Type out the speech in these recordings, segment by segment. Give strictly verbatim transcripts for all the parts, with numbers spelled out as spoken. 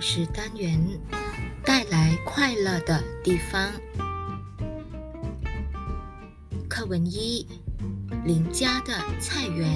十单元带来快乐的地方。课文一：邻家的菜园。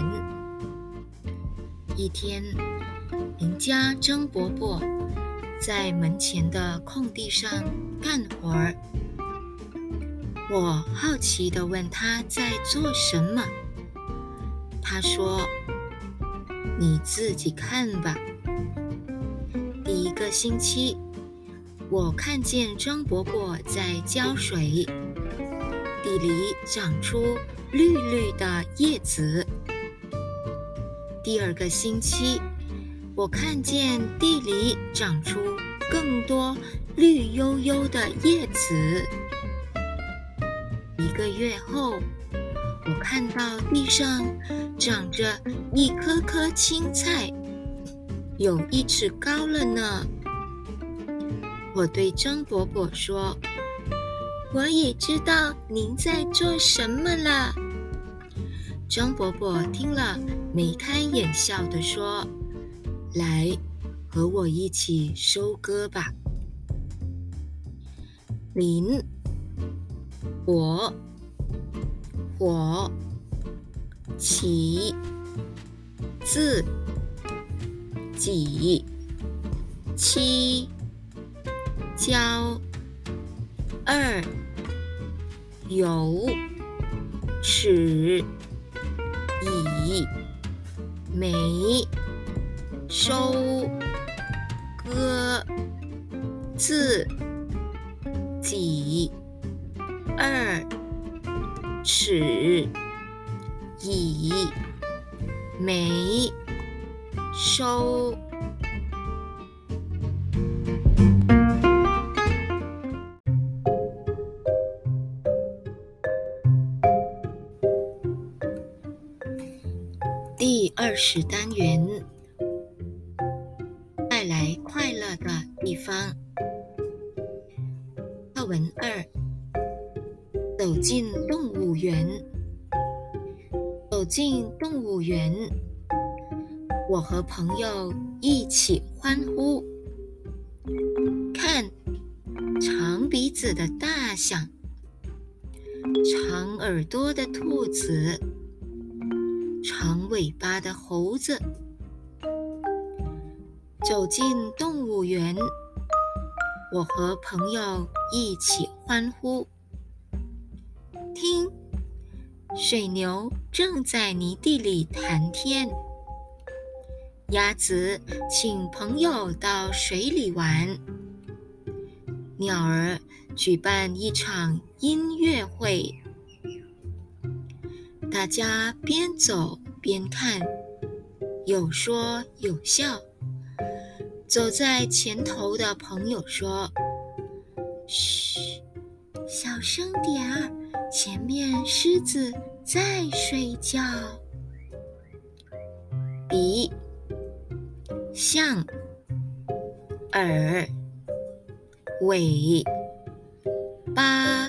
一天，邻家曾伯伯在门前的空地上干活儿。我好奇地问他在做什么，他说：“你自己看吧。”第一个星期，我看见张伯伯在浇水，地里长出绿绿的叶子。第二个星期，我看见地里长出更多绿油油的叶子。一个月后，我看到地上长着一颗颗青菜，有一尺高了呢。我对张伯伯说：“我也知道您在做什么了。”张伯伯听了，眉开眼笑地说：“来，和我一起收割吧。”林、火、火、起、字、己、七、交、二、有、尺、乙、没、收、割、字、己、二、尺、乙、没、收。第二十单元带来快乐的地方。课文二：走进动物园。走进动物园，我和朋友一起欢呼。看，长鼻子的大象，长耳朵的兔子，长尾巴的猴子。走进动物园，我和朋友一起欢呼。听，水牛正在泥地里谈天。鸭子请朋友到水里玩。鸟儿举办一场音乐会。大家边走边看，有说有笑。走在前头的朋友说：“嘘，小声点儿，前面狮子在睡觉。”鼻、象、耳、尾、巴、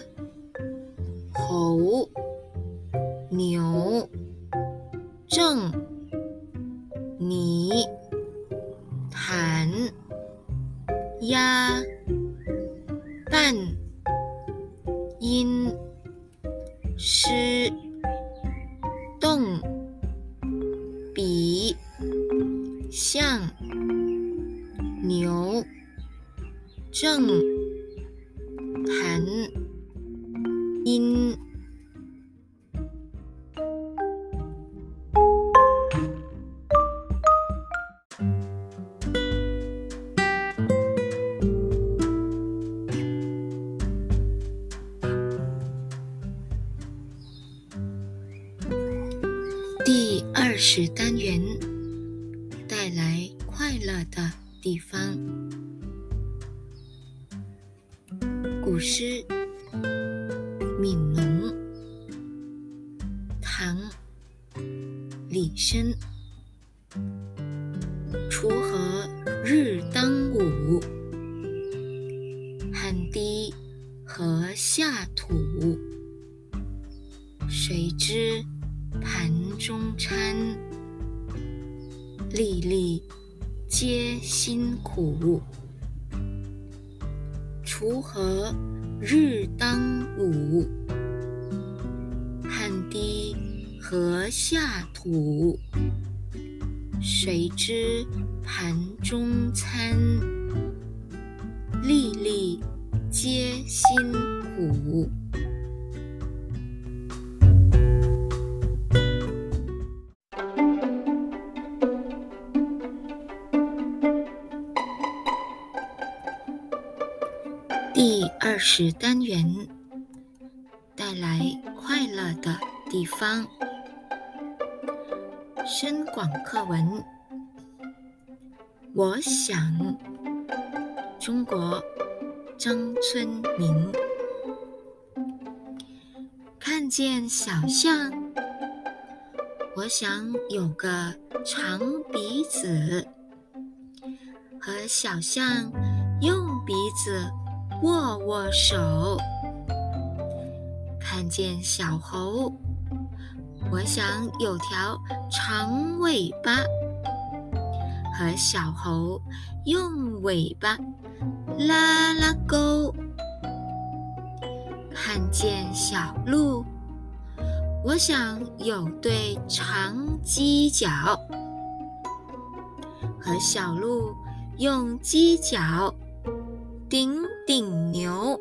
猴、牛、正、泥、弹、鸭、半、音、诗、动、比、象、牛、正、弹、音。第二十单元带来快乐的地方。古诗《悯农》，唐·李绅。锄禾日当午，汗滴禾下土。谁知盘中餐，粒粒皆辛苦。 锄禾日当午，汗滴禾下土。谁知盘中餐，粒粒皆辛苦。第二十单元，带来快乐的地方。深广课文。我想，中国，张春明。看见小象，我想有个长鼻子，和小象用鼻子握握手。看见小猴，我想有条长尾巴，和小猴用尾巴拉拉钩。看见小鹿，我想有对长犄角，和小鹿用犄角顶顶牛。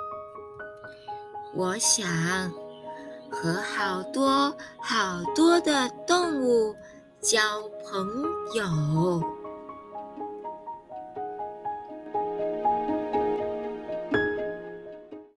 我想和好多好多的动物交朋友。